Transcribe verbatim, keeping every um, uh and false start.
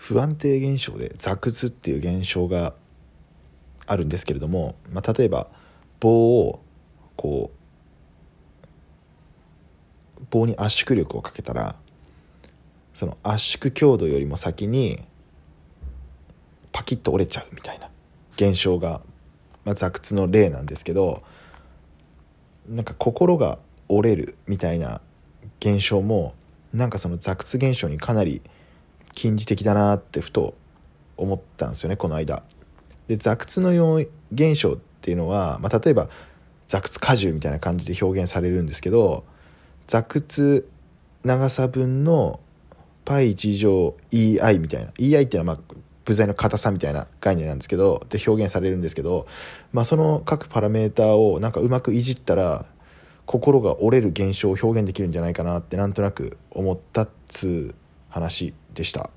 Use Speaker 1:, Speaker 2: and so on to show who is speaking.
Speaker 1: 不安定現象で座屈っていう現象があるんですけれども、まあ、例えば棒をこう棒に圧縮力をかけたら、その圧縮強度よりも先にパキッと折れちゃうみたいな現象が、まあ、座屈の例なんですけど、なんか心が折れるみたいな現象もなんかその座屈現象にかなり近似的だなってふと思ったんですよね、この間で。座屈の現象っていうのは、まあ、例えば座屈荷重みたいな感じで表現されるんですけど、座屈長さ分の π いち乗 イーアイ みたいな イーアイ っていうのはまあ部材の硬さみたいな概念なんですけど、で表現されるんですけど、まあ、その各パラメーターをなんかうまくいじったら心が折れる現象を表現できるんじゃないかなってなんとなく思ったっつう話でした。